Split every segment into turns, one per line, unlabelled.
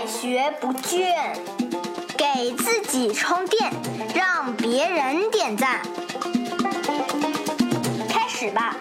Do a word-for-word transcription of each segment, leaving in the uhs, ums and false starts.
快学不倦，给自己充电，让别人点赞。开始吧。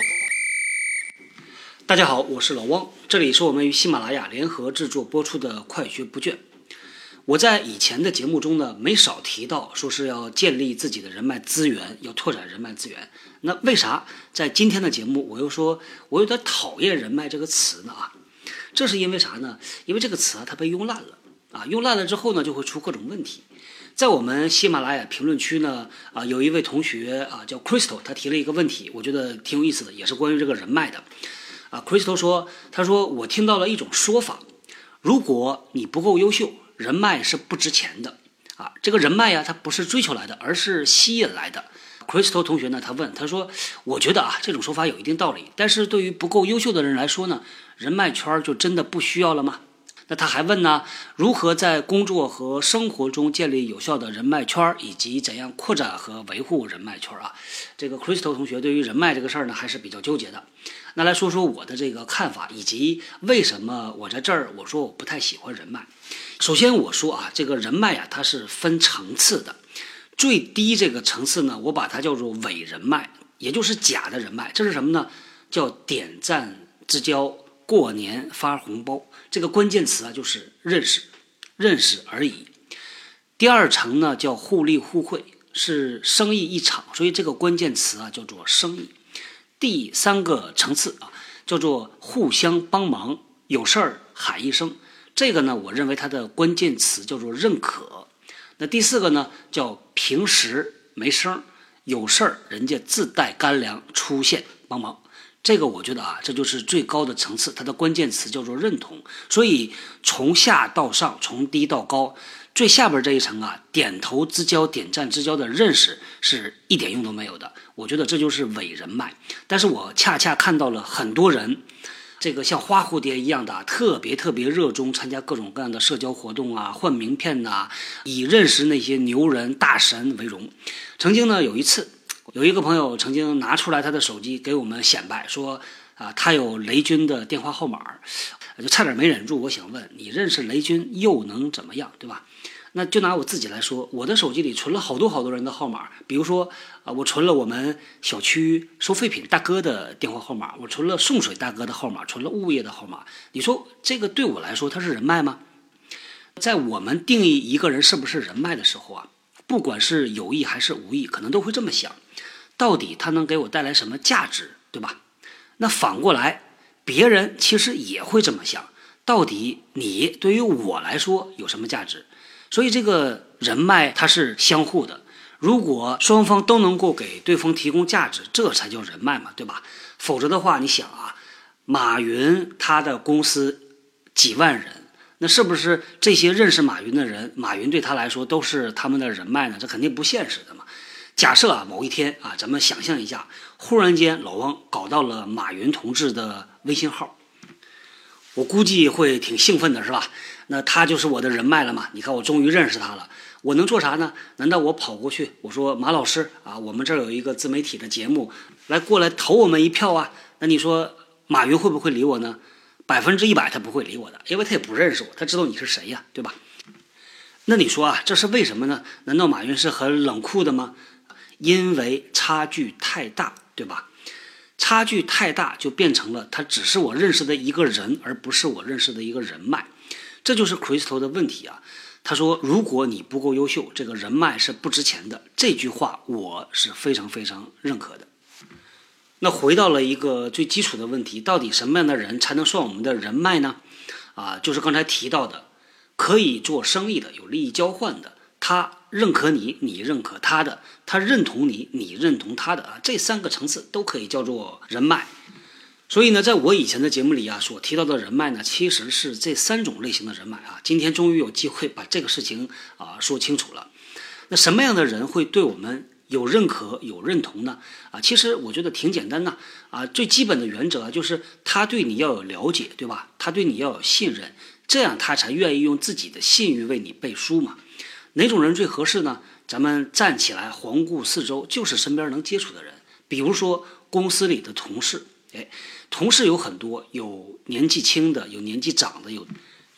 大家好，我是老汪，这里是我们与喜马拉雅联合制作播出的快学不倦。我在以前的节目中呢，没少提到说是要建立自己的人脉资源，要拓展人脉资源。那为啥在今天的节目我又说我有点讨厌人脉这个词呢？啊，这是因为啥呢？因为这个词啊，它被用烂了啊，用烂了之后呢，就会出各种问题。在我们喜马拉雅评论区呢，啊，有一位同学啊叫 Crystal， 他提了一个问题，我觉得挺有意思的，也是关于这个人脉的。啊 ，Crystal 说，他说我听到了一种说法，如果你不够优秀，人脉是不值钱的啊。这个人脉呀，它不是追求来的，而是吸引来的。Crystal 同学呢，他问他说，我觉得啊，这种说法有一定道理，但是对于不够优秀的人来说呢，人脉圈就真的不需要了吗？那他还问呢，如何在工作和生活中建立有效的人脉圈，以及怎样扩展和维护人脉圈啊？这个 Crystal 同学对于人脉这个事儿呢，还是比较纠结的。那来说说我的这个看法，以及为什么我在这儿我说我不太喜欢人脉。首先我说啊，这个人脉啊，它是分层次的。最低这个层次呢，我把它叫做伪人脉，也就是假的人脉。这是什么呢？叫点赞之交，过年发红包。这个关键词啊，就是认识，认识而已。第二层呢，叫互利互惠，是生意一场，所以这个关键词啊，叫做生意。第三个层次啊，叫做互相帮忙，有事儿喊一声。这个呢，我认为它的关键词叫做认可。那第四个呢，叫平时没声，有事儿人家自带干粮出现帮忙。这个我觉得啊，这就是最高的层次，它的关键词叫做认同。所以从下到上，从低到高，最下边这一层啊，点头之交、点赞之交的认识是一点用都没有的。我觉得这就是伪人脉。但是我恰恰看到了很多人，这个像花蝴蝶一样的特别特别热衷参加各种各样的社交活动啊，换名片呐、啊，以认识那些牛人大神为荣。曾经呢，有一次有一个朋友曾经拿出来他的手机给我们显摆说啊，他有雷军的电话号码，就差点没忍住，我想问你认识雷军又能怎么样，对吧？那就拿我自己来说，我的手机里存了好多好多人的号码，比如说啊，我存了我们小区收废品大哥的电话号码，我存了送水大哥的号码，存了物业的号码。你说这个对我来说它是人脉吗？在我们定义一个人是不是人脉的时候啊，不管是有意还是无意，可能都会这么想，到底他能给我带来什么价值，对吧？那反过来，别人其实也会这么想，到底你对于我来说有什么价值？所以这个人脉它是相互的，如果双方都能够给对方提供价值，这才叫人脉嘛，对吧？否则的话，你想啊，马云他的公司几万人，那是不是这些认识马云的人，马云对他来说都是他们的人脉呢？这肯定不现实的嘛。假设啊，某一天啊，咱们想象一下，忽然间老汪搞到了马云同志的微信号，我估计会挺兴奋的，是吧？那他就是我的人脉了嘛？你看我终于认识他了，我能做啥呢？难道我跑过去我说马老师啊，我们这儿有一个自媒体的节目，来过来投我们一票啊？那你说马云会不会理我呢？百分之一百他不会理我的，因为他也不认识我，他知道你是谁呀，对吧？那你说啊，这是为什么呢？难道马云是很冷酷的吗？因为差距太大，对吧？差距太大就变成了他只是我认识的一个人，而不是我认识的一个人脉。这就是 Crystal 的问题啊。他说如果你不够优秀，这个人脉是不值钱的，这句话我是非常非常认可的。那回到了一个最基础的问题，到底什么样的人才能算我们的人脉呢？啊，就是刚才提到的，可以做生意的，有利益交换的，他认可你，你认可他的，他认同你，你认同他的啊，这三个层次都可以叫做人脉。所以呢，在我以前的节目里啊，所提到的人脉呢，其实是这三种类型的人脉啊。今天终于有机会把这个事情啊说清楚了。那什么样的人会对我们有认可、有认同呢？啊，其实我觉得挺简单的啊。最基本的原则就是他对你要有了解，对吧？他对你要有信任，这样他才愿意用自己的信誉为你背书嘛。哪种人最合适呢？咱们站起来环顾四周，就是身边能接触的人。比如说公司里的同事，哎，同事有很多，有年纪轻的，有年纪长的，有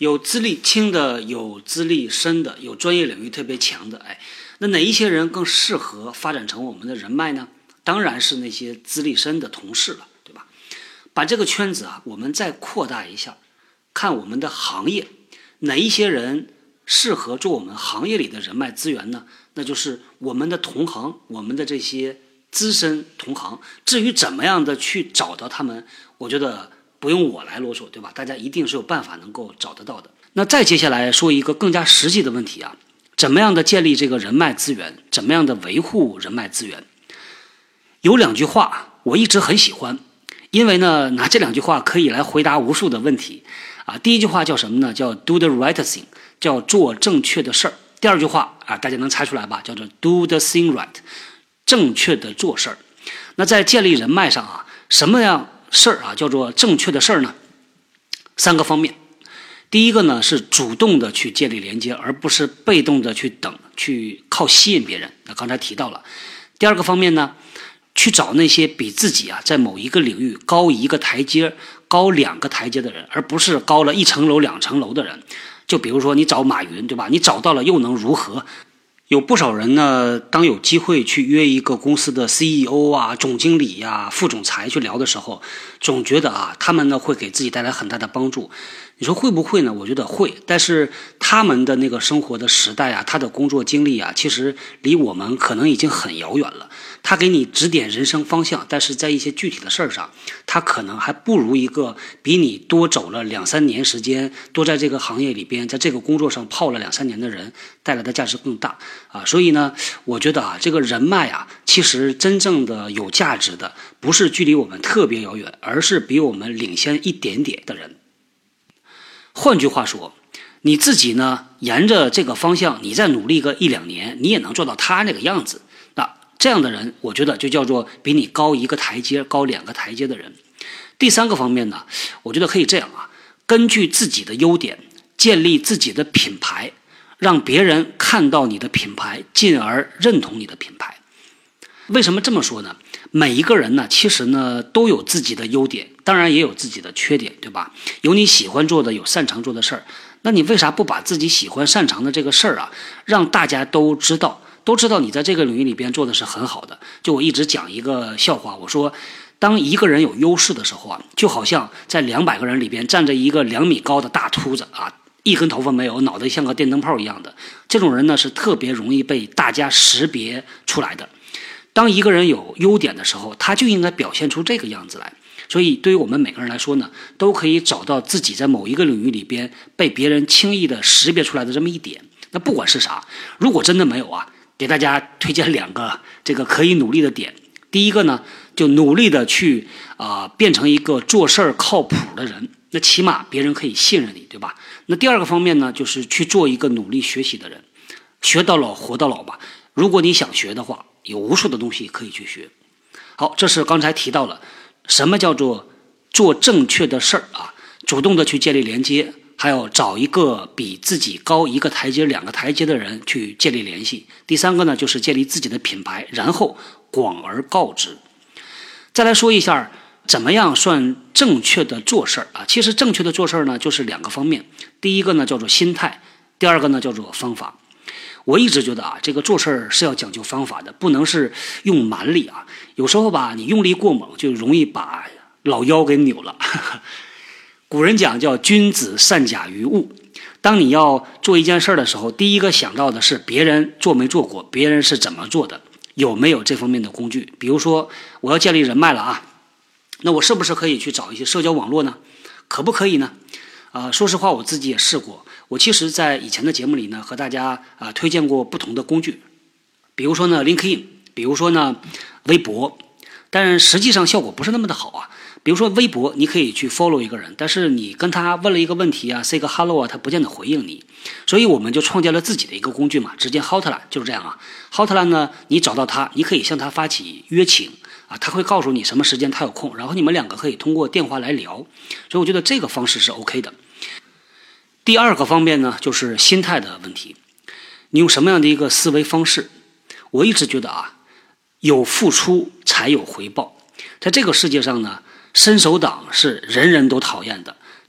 有资历轻的，有资历深的，有专业领域特别强的。哎，那哪一些人更适合发展成我们的人脉呢？当然是那些资历深的同事了，对吧？把这个圈子啊，我们再扩大一下，看我们的行业，哪一些人适合做我们行业里的人脉资源呢？那就是我们的同行，我们的这些资深同行。至于怎么样的去找到他们，我觉得不用我来啰嗦，对吧？大家一定是有办法能够找得到的。那再接下来说一个更加实际的问题啊，怎么样的建立这个人脉资源，怎么样的维护人脉资源？有两句话我一直很喜欢，因为呢，拿这两句话可以来回答无数的问题啊。第一句话叫什么呢？叫 do the right thing， 叫做正确的事儿。第二句话啊，大家能猜出来吧？叫做 do the thing right， 正确的做事儿。那在建立人脉上啊，什么样事儿啊叫做正确的事儿呢？三个方面。第一个呢是主动的去建立连接，而不是被动的去等，去靠吸引别人。那刚才提到了。第二个方面呢，去找那些比自己啊在某一个领域高一个台阶、高两个台阶的人，而不是高了一层楼、两层楼的人。就比如说你找马云，对吧？你找到了又能如何？有不少人呢，当有机会去约一个公司的 C E O 啊、总经理呀、啊、副总裁去聊的时候，总觉得啊，他们呢会给自己带来很大的帮助。你说会不会呢？我觉得会，但是他们的那个生活的时代啊，他的工作经历啊，其实离我们可能已经很遥远了。他给你指点人生方向，但是在一些具体的事儿上，他可能还不如一个比你多走了两三年时间，多在这个行业里边，在这个工作上泡了两三年的人带来的价值更大啊。所以呢，我觉得啊，这个人脉啊，其实真正的有价值的，不是距离我们特别遥远，而是比我们领先一点点的人。换句话说，你自己呢，沿着这个方向，你再努力个一两年，你也能做到他那个样子。那这样的人，我觉得就叫做比你高一个台阶、高两个台阶的人。第三个方面呢，我觉得可以这样啊，根据自己的优点，建立自己的品牌，让别人看到你的品牌，进而认同你的品牌。为什么这么说呢？每一个人呢，其实呢都有自己的优点，当然也有自己的缺点，对吧？有你喜欢做的，有擅长做的事儿。那你为啥不把自己喜欢擅长的这个事儿啊，让大家都知道，都知道你在这个领域里边做的是很好的？就我一直讲一个笑话，我说，当一个人有优势的时候啊，就好像在两百个人里边站着一个两米高的大秃子啊，一根头发没有，脑袋像个电灯泡一样的，这种人呢是特别容易被大家识别出来的。当一个人有优点的时候，他就应该表现出这个样子来。所以对于我们每个人来说呢，都可以找到自己在某一个领域里边被别人轻易的识别出来的这么一点。那不管是啥，如果真的没有啊，给大家推荐两个这个可以努力的点。第一个呢，就努力的去啊、呃、变成一个做事儿靠谱的人，那起码别人可以信任你，对吧？那第二个方面呢，就是去做一个努力学习的人，学到老活到老吧。如果你想学的话，有无数的东西可以去学。好，这是刚才提到了什么叫做做正确的事儿啊，主动的去建立连接，还有找一个比自己高一个台阶、两个台阶的人去建立联系。第三个呢，就是建立自己的品牌，然后广而告之。再来说一下怎么样算正确的做事儿啊？其实正确的做事儿呢，就是两个方面。第一个呢叫做心态，第二个呢叫做方法。我一直觉得啊，这个做事儿是要讲究方法的，不能是用蛮力啊。有时候吧，你用力过猛，就容易把老腰给扭了。古人讲叫君子善假于物。当你要做一件事儿的时候，第一个想到的是别人做没做过，别人是怎么做的，有没有这方面的工具。比如说我要建立人脉了啊，那我是不是可以去找一些社交网络呢？可不可以呢？啊、呃，说实话，我自己也试过。我其实在以前的节目里呢，和大家啊、呃、推荐过不同的工具，比如说呢 LinkedIn， 比如说呢微博，但实际上效果不是那么的好啊。比如说微博，你可以去 follow 一个人，但是你跟他问了一个问题啊 ，say 个 hello 啊，他不见得回应你。所以我们就创建了自己的一个工具嘛，直接 Hotline 就是这样啊。Hotline 呢，你找到他，你可以向他发起约请啊，他会告诉你什么时间他有空，然后你们两个可以通过电话来聊。所以我觉得这个方式是 OK 的。第二个方面呢，就是心态的问题。你用什么样的一个思维方式？我一直觉得啊，有付出才有回报。在这个世界上呢，伸手党是人人都讨厌的，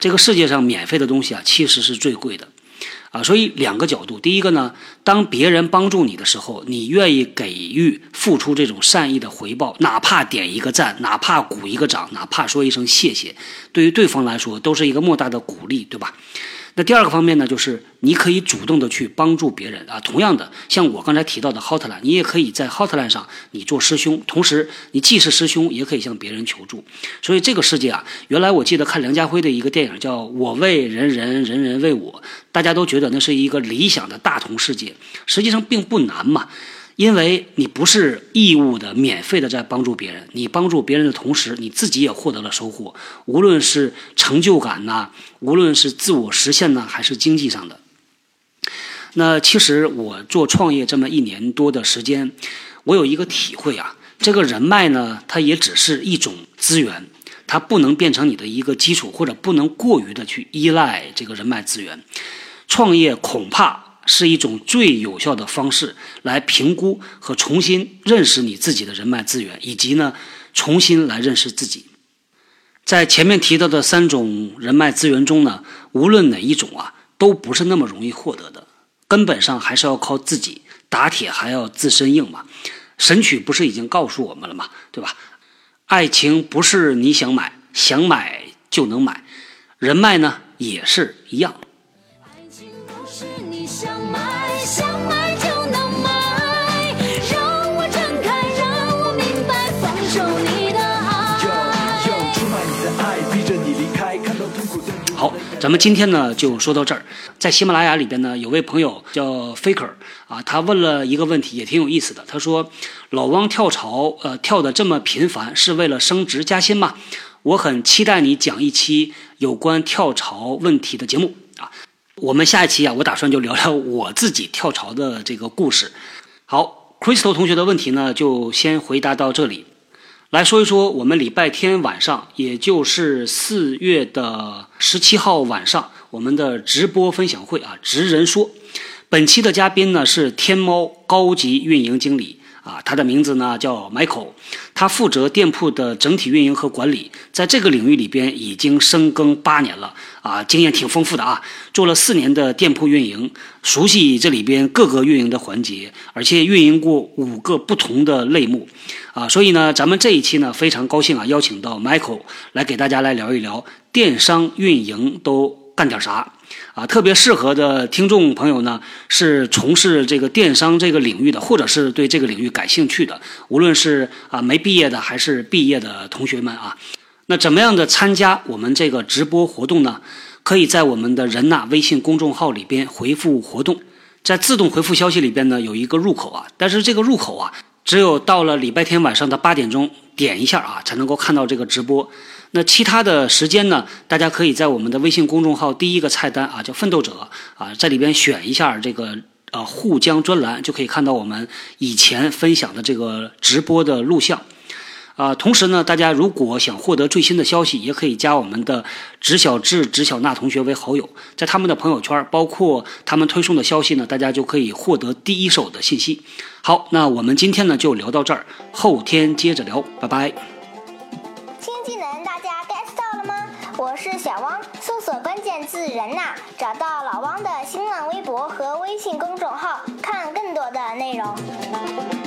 这个世界上免费的东西啊，其实是最贵的。啊，所以两个角度，第一个呢，当别人帮助你的时候，你愿意给予付出这种善意的回报，哪怕点一个赞，哪怕鼓一个掌，哪怕说一声谢谢，对于对方来说都是一个莫大的鼓励，对吧？那第二个方面呢，就是你可以主动的去帮助别人啊。同样的，像我刚才提到的 Hotline， 你也可以在 Hotline 上你做师兄，同时你既是师兄，也可以向别人求助。所以这个世界啊，原来我记得看梁家辉的一个电影叫《我为人人，人人为我》，大家都觉得那是一个理想的大同世界，实际上并不难嘛。因为你不是义务的、免费的在帮助别人，你帮助别人的同时，你自己也获得了收获，无论是成就感呐、啊，无论是自我实现呐、啊，还是经济上的。那其实我做创业这么一年多的时间，我有一个体会啊，这个人脉呢，它也只是一种资源，它不能变成你的一个基础，或者不能过于的去依赖这个人脉资源。创业恐怕是一种最有效的方式来评估和重新认识你自己的人脉资源，以及呢重新来认识自己。在前面提到的三种人脉资源中呢，无论哪一种啊，都不是那么容易获得的，根本上还是要靠自己，打铁还要自身硬嘛。神曲不是已经告诉我们了吗？对吧？爱情不是你想买想买就能买，人脉呢也是一样。
想买想买就能买，让我睁开，让我明白，放手你的爱，出卖你的爱，逼着你离开，看到痛苦的你。
好，咱们今天呢就说到这儿。在喜马拉雅里边呢，有位朋友叫 Faker 啊，他问了一个问题，也挺有意思的。他说：“老汪跳槽，呃，跳得这么频繁，是为了升职加薪吗？我很期待你讲一期有关跳槽问题的节目啊。”我们下一期啊，我打算就聊聊我自己跳槽的这个故事。好 ，Crystal 同学的问题呢，就先回答到这里。来说一说我们礼拜天晚上，也就是四月的十七号晚上，我们的直播分享会啊，职人说。本期的嘉宾呢是天猫高级运营经理啊，他的名字呢叫 Michael， 他负责店铺的整体运营和管理，在这个领域里边已经深耕八年了啊，经验挺丰富的啊，做了四年的店铺运营，熟悉这里边各个运营的环节，而且运营过五个不同的类目啊，所以呢，咱们这一期呢非常高兴啊，邀请到 Michael 来给大家来聊一聊电商运营都干点啥。啊，特别适合的听众朋友呢，是从事这个电商这个领域的，或者是对这个领域感兴趣的，无论是啊没毕业的还是毕业的同学们啊。那怎么样的参加我们这个直播活动呢？可以在我们的人呐微信公众号里边回复活动，在自动回复消息里边呢有一个入口啊，但是这个入口啊，只有到了礼拜天晚上的八点钟点一下啊，才能够看到这个直播。那其他的时间呢，大家可以在我们的微信公众号第一个菜单啊，叫奋斗者啊，在里边选一下这个呃沪江专栏，就可以看到我们以前分享的这个直播的录像。啊，同时呢，大家如果想获得最新的消息，也可以加我们的直小智、直小娜同学为好友，在他们的朋友圈，包括他们推送的消息呢，大家就可以获得第一手的信息。好，那我们今天呢就聊到这儿，后天接着聊，拜拜。
新技能大家 get 到了吗？我是小汪，搜索关键字人呐，找到老汪的新浪微博和微信公众号，看更多的内容。